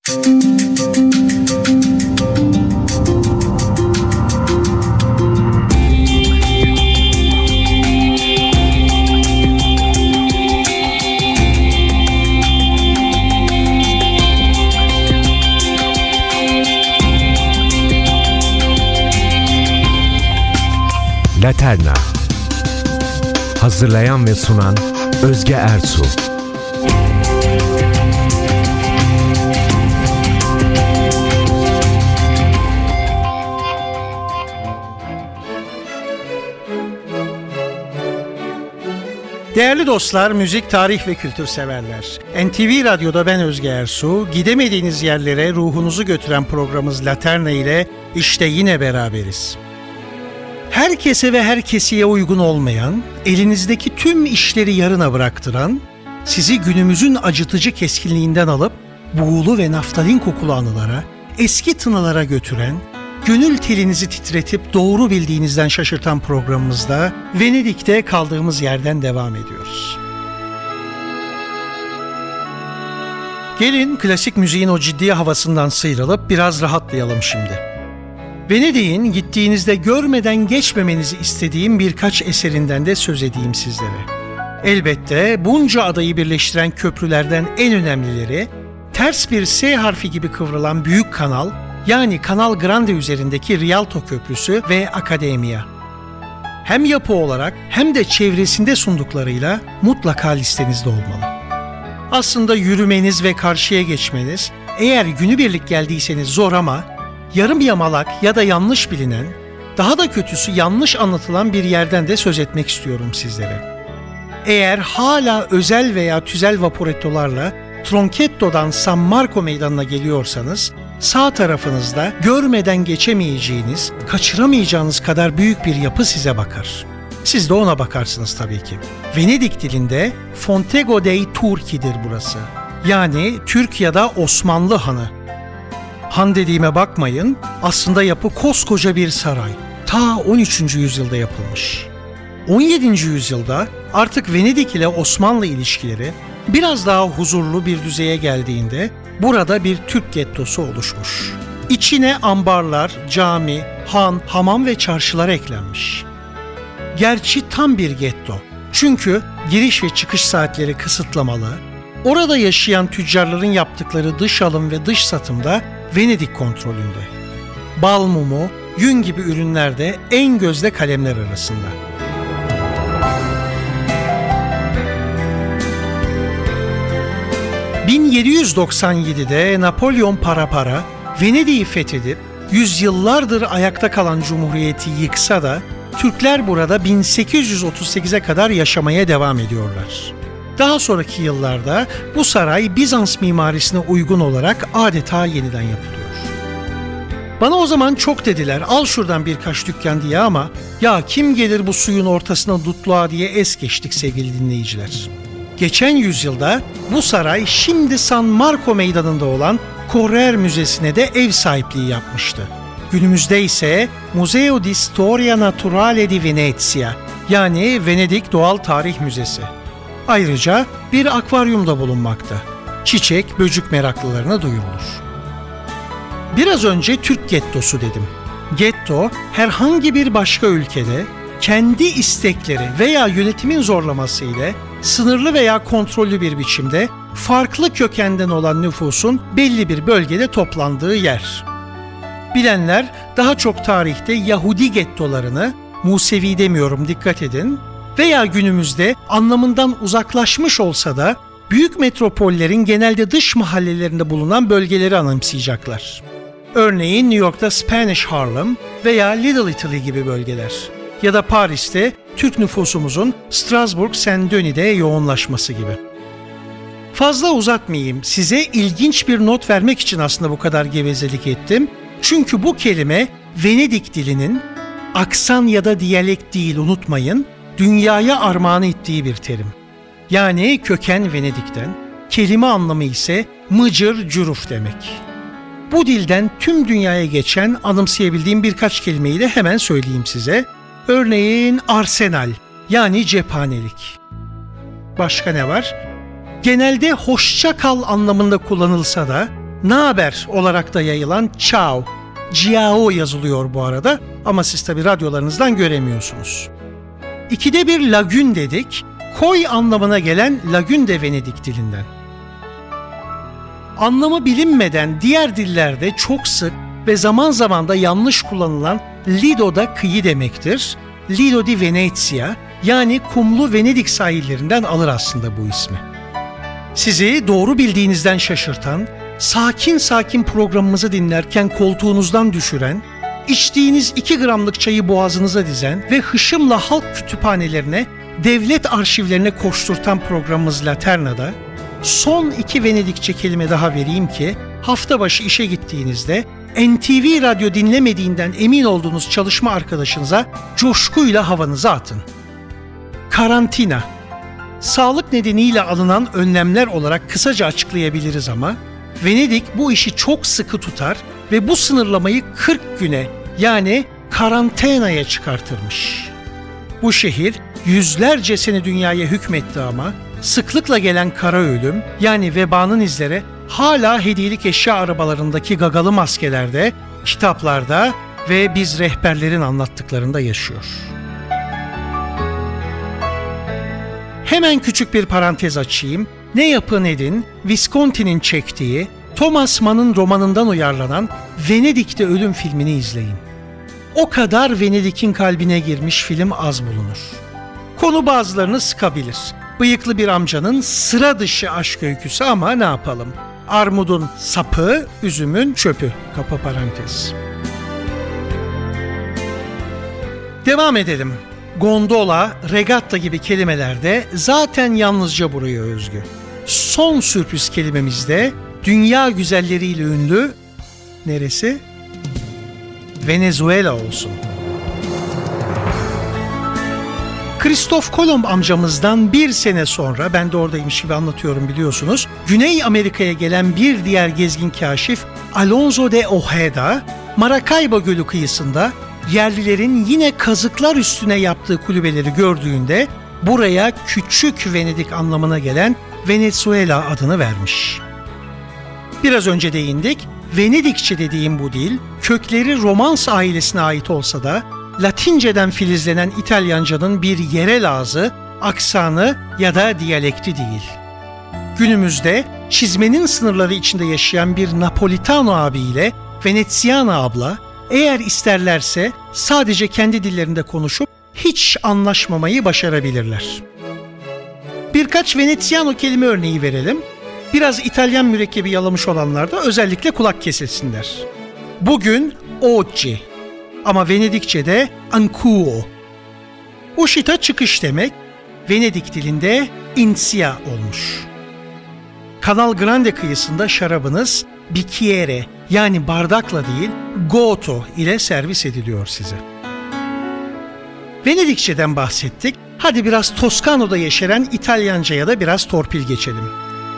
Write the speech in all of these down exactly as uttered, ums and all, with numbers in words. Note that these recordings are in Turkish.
Laterna. Hazırlayan ve sunan Özge Ertuğ. Değerli dostlar, müzik, tarih ve kültür severler. N T V Radyo'da ben Özge Ertuğ. Gidemediğiniz yerlere ruhunuzu götüren programımız Laterna ile işte yine beraberiz. Herkese ve herkesiye uygun olmayan, elinizdeki tüm işleri yarına bıraktıran, sizi günümüzün acıtıcı keskinliğinden alıp buğulu ve naftalin kokulu anılara, eski tınılara götüren, gönül telinizi titretip doğru bildiğinizden şaşırtan programımızda Venedik'te kaldığımız yerden devam ediyoruz. Gelin klasik müziğin o ciddi havasından sıyrılıp biraz rahatlayalım şimdi. Venedik'in gittiğinizde görmeden geçmemenizi istediğim birkaç eserinden de söz edeyim sizlere. Elbette bunca adayı birleştiren köprülerden en önemlileri, ters bir S harfi gibi kıvrılan büyük kanal, yani Canal Grande üzerindeki Rialto Köprüsü ve Akademia. Hem yapı olarak hem de çevresinde sunduklarıyla mutlaka listenizde olmalı. Aslında yürümeniz ve karşıya geçmeniz, eğer günübirlik geldiyseniz zor ama yarım yamalak ya da yanlış bilinen, daha da kötüsü yanlış anlatılan bir yerden de söz etmek istiyorum sizlere. Eğer hala özel veya tüzel vaporettolarla Tronchetto'dan San Marco meydanına geliyorsanız, sağ tarafınızda görmeden geçemeyeceğiniz, kaçıramayacağınız kadar büyük bir yapı size bakar. Siz de ona bakarsınız tabii ki. Venedik dilinde Fontego dei Turchi'dir burası. Yani Türk ya da Osmanlı Hanı. Han dediğime bakmayın, aslında yapı koskoca bir saray. Ta on üçüncü yüzyılda yapılmış. on yedinci yüzyılda artık Venedik ile Osmanlı ilişkileri biraz daha huzurlu bir düzeye geldiğinde burada bir Türk gettosu oluşmuş. İçine ambarlar, cami, han, hamam ve çarşılar eklenmiş. Gerçi tam bir getto. Çünkü giriş ve çıkış saatleri kısıtlamalı. Orada yaşayan tüccarların yaptıkları dış alım ve dış satımda Venedik kontrolünde. Bal mumu, yün gibi ürünler de en gözde kalemler arasında. bin yedi yüz doksan yedide Napolyon para para Venedik'i fethedip yüzyıllardır ayakta kalan cumhuriyeti yıksa da Türkler burada bin sekiz yüz otuz sekize kadar yaşamaya devam ediyorlar. Daha sonraki yıllarda bu saray Bizans mimarisine uygun olarak adeta yeniden yapılıyor. Bana o zaman çok dediler, al şuradan birkaç dükkan diye ama ya kim gelir bu suyun ortasına dutluğa diye es geçtik sevgili dinleyiciler. Geçen yüzyılda bu saray şimdi San Marco meydanında olan Correr Müzesi'ne de ev sahipliği yapmıştı. Günümüzde ise Museo di Storia Naturale di Venezia, yani Venedik Doğal Tarih Müzesi. Ayrıca bir akvaryum da bulunmakta. Çiçek, böcek meraklılarına duyurulur. Biraz önce Türk gettosu dedim. Getto, herhangi bir başka ülkede kendi istekleri veya yönetimin zorlaması ile sınırlı veya kontrollü bir biçimde farklı kökenden olan nüfusun belli bir bölgede toplandığı yer. Bilenler daha çok tarihte Yahudi gettolarını, Musevi demiyorum dikkat edin, veya günümüzde anlamından uzaklaşmış olsa da büyük metropollerin genelde dış mahallelerinde bulunan bölgeleri anımsayacaklar. Örneğin New York'ta Spanish Harlem veya Little Italy gibi bölgeler. Ya da Paris'te Türk nüfusumuzun Strasbourg Saint-Denis'de yoğunlaşması gibi. Fazla uzatmayayım, size ilginç bir not vermek için aslında bu kadar gevezelik ettim. Çünkü bu kelime Venedik dilinin aksan ya da diyalekt değil, unutmayın, dünyaya armağan ettiği bir terim. Yani köken Venedik'ten, kelime anlamı ise mıcır cüruf demek. Bu dilden tüm dünyaya geçen anımsayabildiğim birkaç kelimeyi de hemen söyleyeyim size. Örneğin arsenal, yani cephanelik. Başka ne var? Genelde hoşça kal anlamında kullanılsa da naber olarak da yayılan ciao, ciao yazılıyor bu arada ama siz tabi radyolarınızdan göremiyorsunuz. İkide bir lagün dedik, koy anlamına gelen lagün de Venedik dilinden. Anlamı bilinmeden diğer dillerde çok sık ve zaman zaman da yanlış kullanılan lido da kıyı demektir. Lido di Venezia, yani kumlu Venedik sahillerinden alır aslında bu ismi. Sizi doğru bildiğinizden şaşırtan, sakin sakin programımızı dinlerken koltuğunuzdan düşüren, içtiğiniz iki gramlık çayı boğazınıza dizen ve hışımla halk kütüphanelerine, devlet arşivlerine koşturtan programımız Laterna'da son iki Venedikçe kelime daha vereyim ki hafta başı işe gittiğinizde N T V radyo dinlemediğinden emin olduğunuz çalışma arkadaşınıza coşkuyla havanızı atın. Karantina. Sağlık nedeniyle alınan önlemler olarak kısaca açıklayabiliriz ama Venedik bu işi çok sıkı tutar ve bu sınırlamayı kırk güne yani karantinaya çıkartırmış. Bu şehir yüzlerce sene dünyaya hükmetti ama sıklıkla gelen kara ölüm yani vebanın izleri hala hediyelik eşya arabalarındaki gagalı maskelerde, kitaplarda ve biz rehberlerin anlattıklarında yaşıyor. Hemen küçük bir parantez açayım. Ne yapın edin, Visconti'nin çektiği, Thomas Mann'ın romanından uyarlanan Venedik'te Ölüm filmini izleyin. O kadar Venedik'in kalbine girmiş film az bulunur. Konu bazılarını sıkabilir. Bıyıklı bir amcanın sıra dışı aşk öyküsü ama ne yapalım? Armudun sapı, üzümün çöpü. Kapa parantez. Devam edelim. Gondola, regatta gibi kelimeler de zaten yalnızca buraya özgü. Son sürpriz kelimemiz de dünya güzelleriyle ünlü neresi? Venezuela olsun. Kristof Kolomb amcamızdan bir sene sonra, ben de oradaymış gibi anlatıyorum biliyorsunuz, Güney Amerika'ya gelen bir diğer gezgin kaşif Alonso de Ojeda, Maracaibo Gölü kıyısında yerlilerin yine kazıklar üstüne yaptığı kulübeleri gördüğünde buraya küçük Venedik anlamına gelen Venezuela adını vermiş. Biraz önce değindik, Venedikçe dediğim bu dil, kökleri Romans ailesine ait olsa da Latinceden filizlenen İtalyancanın bir yerel ağzı, aksanı ya da diyalekti değil. Günümüzde çizmenin sınırları içinde yaşayan bir Napolitano abiyle Veneziana abla, eğer isterlerse sadece kendi dillerinde konuşup hiç anlaşmamayı başarabilirler. Birkaç Veneziano kelime örneği verelim. Biraz İtalyan mürekkebi yalamış olanlar da özellikle kulak kesilsinler. Bugün oggi ama Venedikçe'de ankuo. Uscita çıkış demek, Venedik dilinde insia olmuş. Kanal Grande kıyısında şarabınız bicchiere yani bardakla değil goto ile servis ediliyor size. Venedikçeden bahsettik. Hadi biraz Toskano'da yeşeren İtalyanca'ya da biraz torpil geçelim.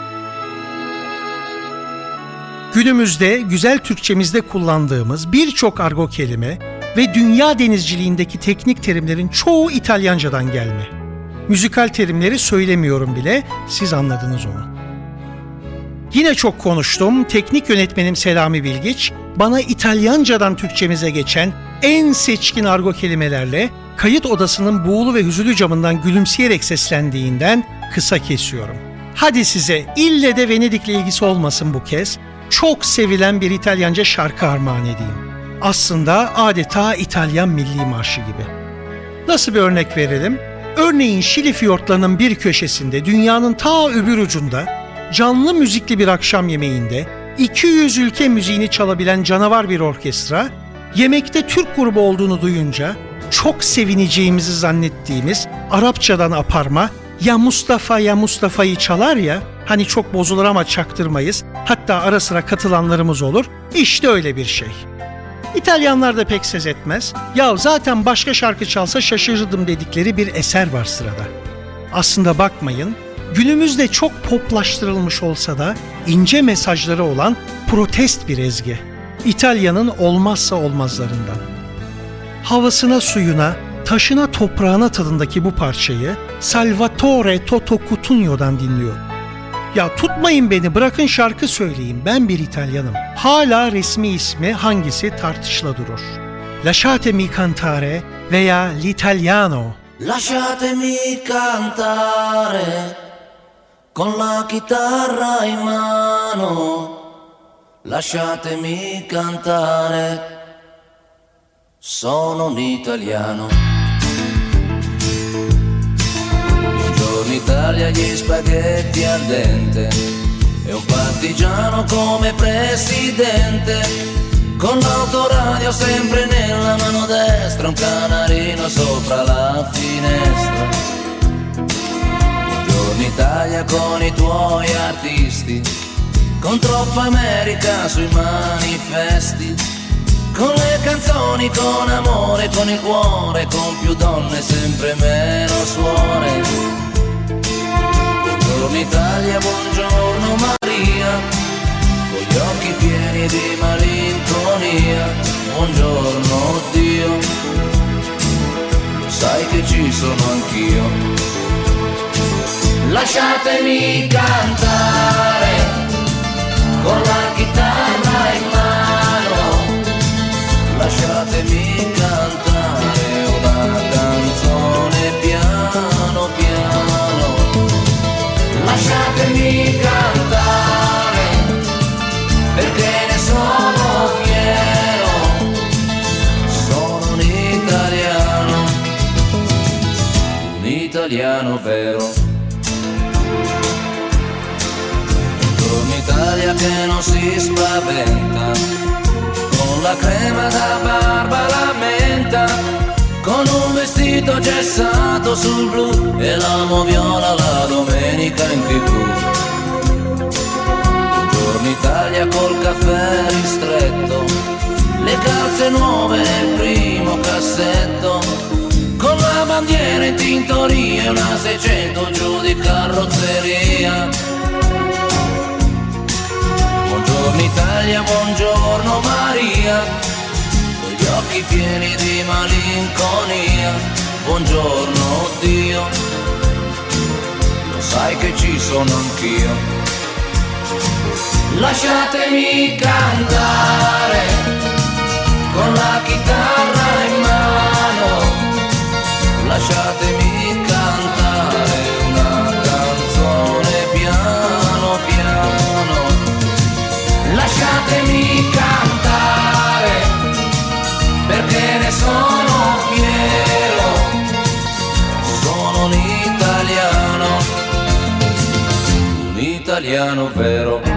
Günümüzde güzel Türkçemizde kullandığımız birçok argo kelime ve dünya denizciliğindeki teknik terimlerin çoğu İtalyancadan gelme. Müzikal terimleri söylemiyorum bile, siz anladınız onu. Yine çok konuştum, teknik yönetmenim Selami Bilgiç, bana İtalyancadan Türkçemize geçen en seçkin argo kelimelerle kayıt odasının buğulu ve hüzülü camından gülümseyerek seslendiğinden kısa kesiyorum. Hadi size ille de Venedik'le ilgisi olmasın bu kez, çok sevilen bir İtalyanca şarkı armağan edeyim. Aslında adeta İtalyan milli marşı gibi. Nasıl bir örnek verelim? Örneğin Şili fiyortlarının bir köşesinde, dünyanın ta öbür ucunda, canlı müzikli bir akşam yemeğinde iki yüz ülke müziğini çalabilen canavar bir orkestra, yemekte Türk grubu olduğunu duyunca çok sevineceğimizi zannettiğimiz Arapçadan aparma "Ya Mustafa ya Mustafa'yı" çalar ya, hani çok bozulur ama çaktırmayız, hatta ara sıra katılanlarımız olur, işte öyle bir şey. İtalyanlar da pek ses etmez, ya zaten başka şarkı çalsa şaşırırdım dedikleri bir eser var sırada. Aslında bakmayın, günümüzde çok poplaştırılmış olsa da ince mesajları olan protest bir ezgi. İtalya'nın olmazsa olmazlarından. Havasına, suyuna, taşına, toprağına tadındaki bu parçayı Salvatore Toto Cutugno'dan dinliyor. Ya tutmayın beni, bırakın şarkı söyleyeyim, ben bir İtalyanım. Hala resmi ismi hangisi tartışıla durur. Lasciatemi cantare veya l'italiano. Lasciatemi cantare con la chitarra in mano. Lasciatemi cantare, sono un italiano. Buongiorno Italia, gli spaghetti al dente e un partigiano come presidente, con l'autoradio sempre nella mano destra, un canarino sopra la finestra. Buongiorno Italia con i tuoi artisti, con troppa America sui manifesti, con le canzoni, con amore, con il cuore, con più donne, sempre meno suore. Buongiorno Italia, buongiorno Maria, con gli occhi pieni di malinconia. Buongiorno Dio, sai che ci sono anch'io. Lasciatemi cantare con la chitarra in mano, lasciatemi cantare una canzone piano piano, lasciatemi cantare perché ne sono fiero, sono un italiano, un italiano vero. Un'Italia che non si spaventa, con la crema da barba la menta, con un vestito gessato sul blu e l'amo viola la domenica in tivù. Buongiorno Italia col caffè ristretto, le calze nuove nel primo cassetto, con la bandiera in tintoria e una seicento giù di carrozzeria. Buongiorno Italia, buongiorno Maria, con gli occhi pieni di malinconia. Buongiorno Dio, lo sai che ci sono anch'io. Lasciatemi cantare con la chitarra in mano, lasciatemi cantare una canzone piano piano, lasciatemi cantare perché ne sono fiero, sono un italiano, un italiano vero.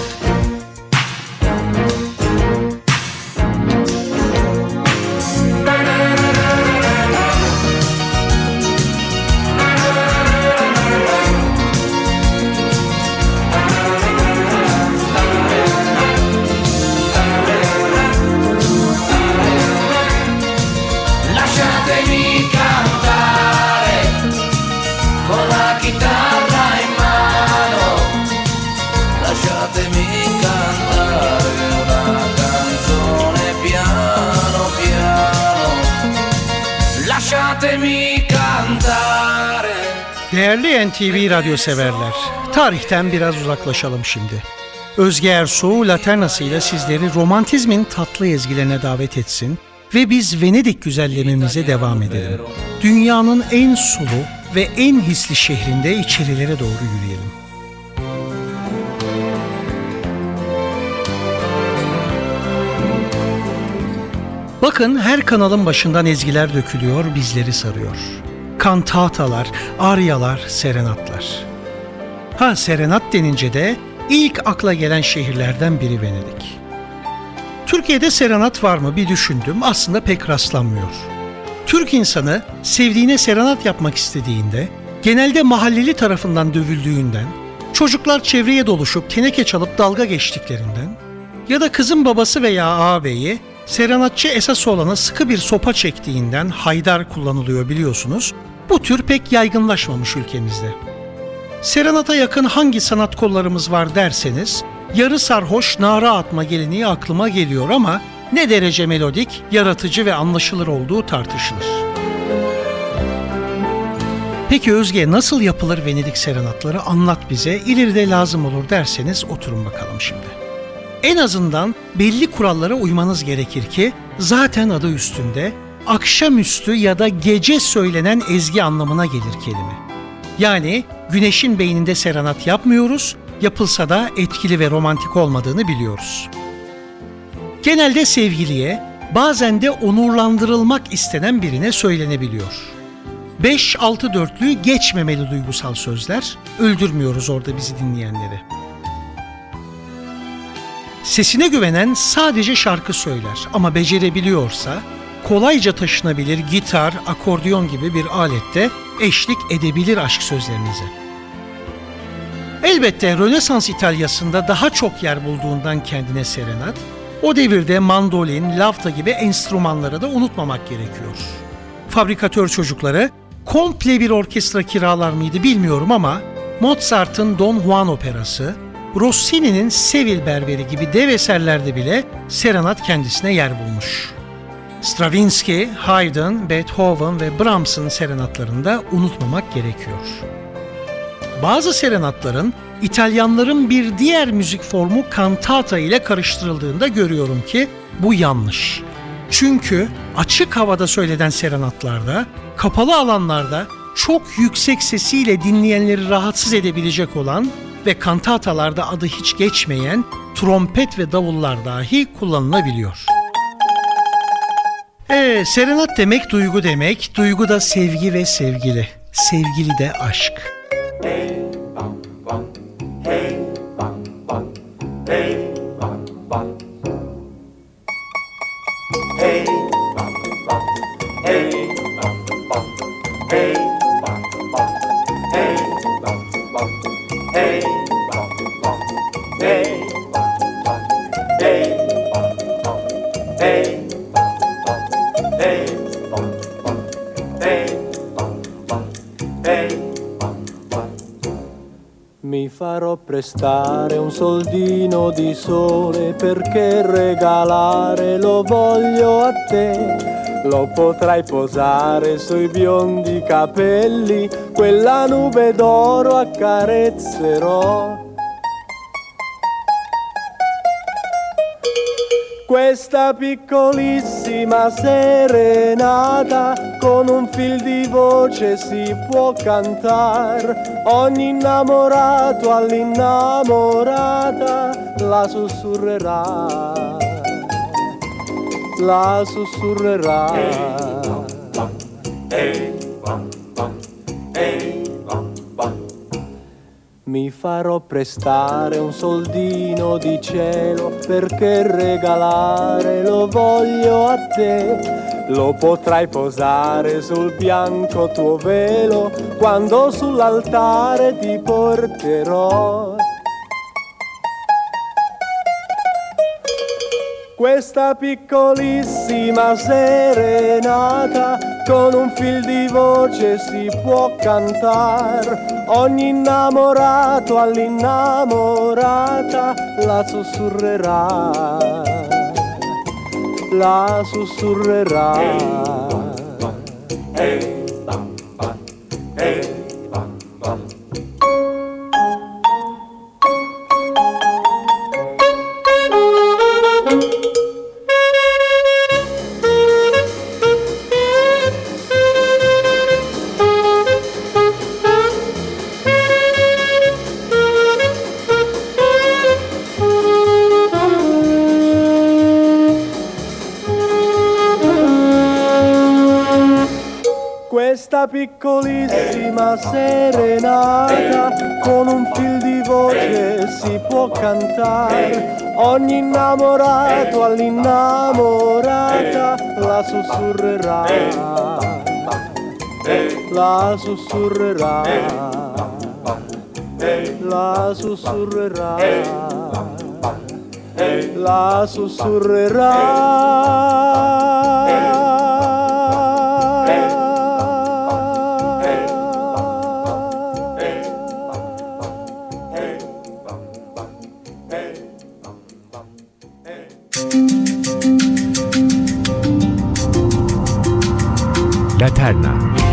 Değerli N T V radyo severler, tarihten biraz uzaklaşalım şimdi. Özge Ersoğ Laternası'yla sizleri romantizmin tatlı ezgilerine davet etsin ve biz Venedik güzellememize devam edelim. Dünyanın en sulu ve en hisli şehrinde içerilere doğru yürüyelim. Bakın, her kanalın başından ezgiler dökülüyor, bizleri sarıyor. Kantatalar, aryalar, serenatlar. Ha, serenat denince de ilk akla gelen şehirlerden biri Venedik. Türkiye'de serenat var mı bir düşündüm, aslında pek rastlanmıyor. Türk insanı sevdiğine serenat yapmak istediğinde, genelde mahalleli tarafından dövüldüğünden, çocuklar çevreye doluşup teneke çalıp dalga geçtiklerinden ya da kızın babası veya ağabeyi serenatçı esas olana sıkı bir sopa çektiğinden haydar kullanılıyor biliyorsunuz. Bu tür pek yaygınlaşmamış ülkemizde. Serenata yakın hangi sanat kollarımız var derseniz, yarı sarhoş nara atma geleneği aklıma geliyor ama ne derece melodik, yaratıcı ve anlaşılır olduğu tartışılır. Peki Özge, nasıl yapılır Venedik serenatları, anlat bize, ileride lazım olur derseniz oturun bakalım şimdi. En azından belli kurallara uymanız gerekir ki zaten adı üstünde akşamüstü ya da gece söylenen ezgi anlamına gelir kelime. Yani güneşin beyninde serenat yapmıyoruz, yapılsa da etkili ve romantik olmadığını biliyoruz. Genelde sevgiliye, bazen de onurlandırılmak istenen birine söylenebiliyor. beş altı dörtlü geçmemeli duygusal sözler, öldürmüyoruz orada bizi dinleyenleri. Sesine güvenen sadece şarkı söyler ama becerebiliyorsa kolayca taşınabilir gitar, akordeon gibi bir alette eşlik edebilir aşk sözlerinize. Elbette Rönesans İtalya'sında daha çok yer bulduğundan kendine serenat, o devirde mandolin, lavta gibi enstrümanları da unutmamak gerekiyor. Fabrikatör çocukları komple bir orkestra kiralar mıydı bilmiyorum ama Mozart'ın Don Juan operası, Rossini'nin Sevil Berberi gibi dev eserlerde bile serenat kendisine yer bulmuş. Stravinsky, Haydn, Beethoven ve Brahms'ın serenatlarında unutmamak gerekiyor. Bazı serenatların İtalyanların bir diğer müzik formu cantata ile karıştırıldığında görüyorum ki bu yanlış. Çünkü açık havada söylenen serenatlarda, kapalı alanlarda çok yüksek sesiyle dinleyenleri rahatsız edebilecek olan ve kantatalarda adı hiç geçmeyen trompet ve davullar dahi kullanılabiliyor. Ee, serenat demek duygu demek, duygu da sevgi ve sevgili, sevgili de aşk. Hey bam bam, hey bam bam, hey bam bam, hey bam bam, hey bam bam, hey bam bam, hey bam bam, hey bam bam, hey bam bam, hey bam bam, hey Mi farò prestare un soldino di sole perché regalare lo voglio a te. Lo potrai posare sui biondi capelli, quella nube d'oro accarezzerò. Questa piccolissima serenata con un fil di voce si può cantar. Ogni innamorato all'innamorata la sussurrerà, la sussurrerà. Hey, bam, bam, hey, bam, bam. Mi farò prestare un soldino di cielo perché regalare lo voglio a te. Lo potrai posare sul bianco tuo velo quando sull'altare ti porterò. Questa piccolissima serenata con un fil di voce si può cantar. Ogni innamorato all'innamorata la sussurrerà, la sussurrerà. Hey, bam, bam, hey, bam, bam. Questa piccolissima serenata con un fil di voce si può cantare. Ogni innamorato all'innamorata la sussurrerà, la sussurrerà, la sussurrerà, la sussurrerà. Laterna.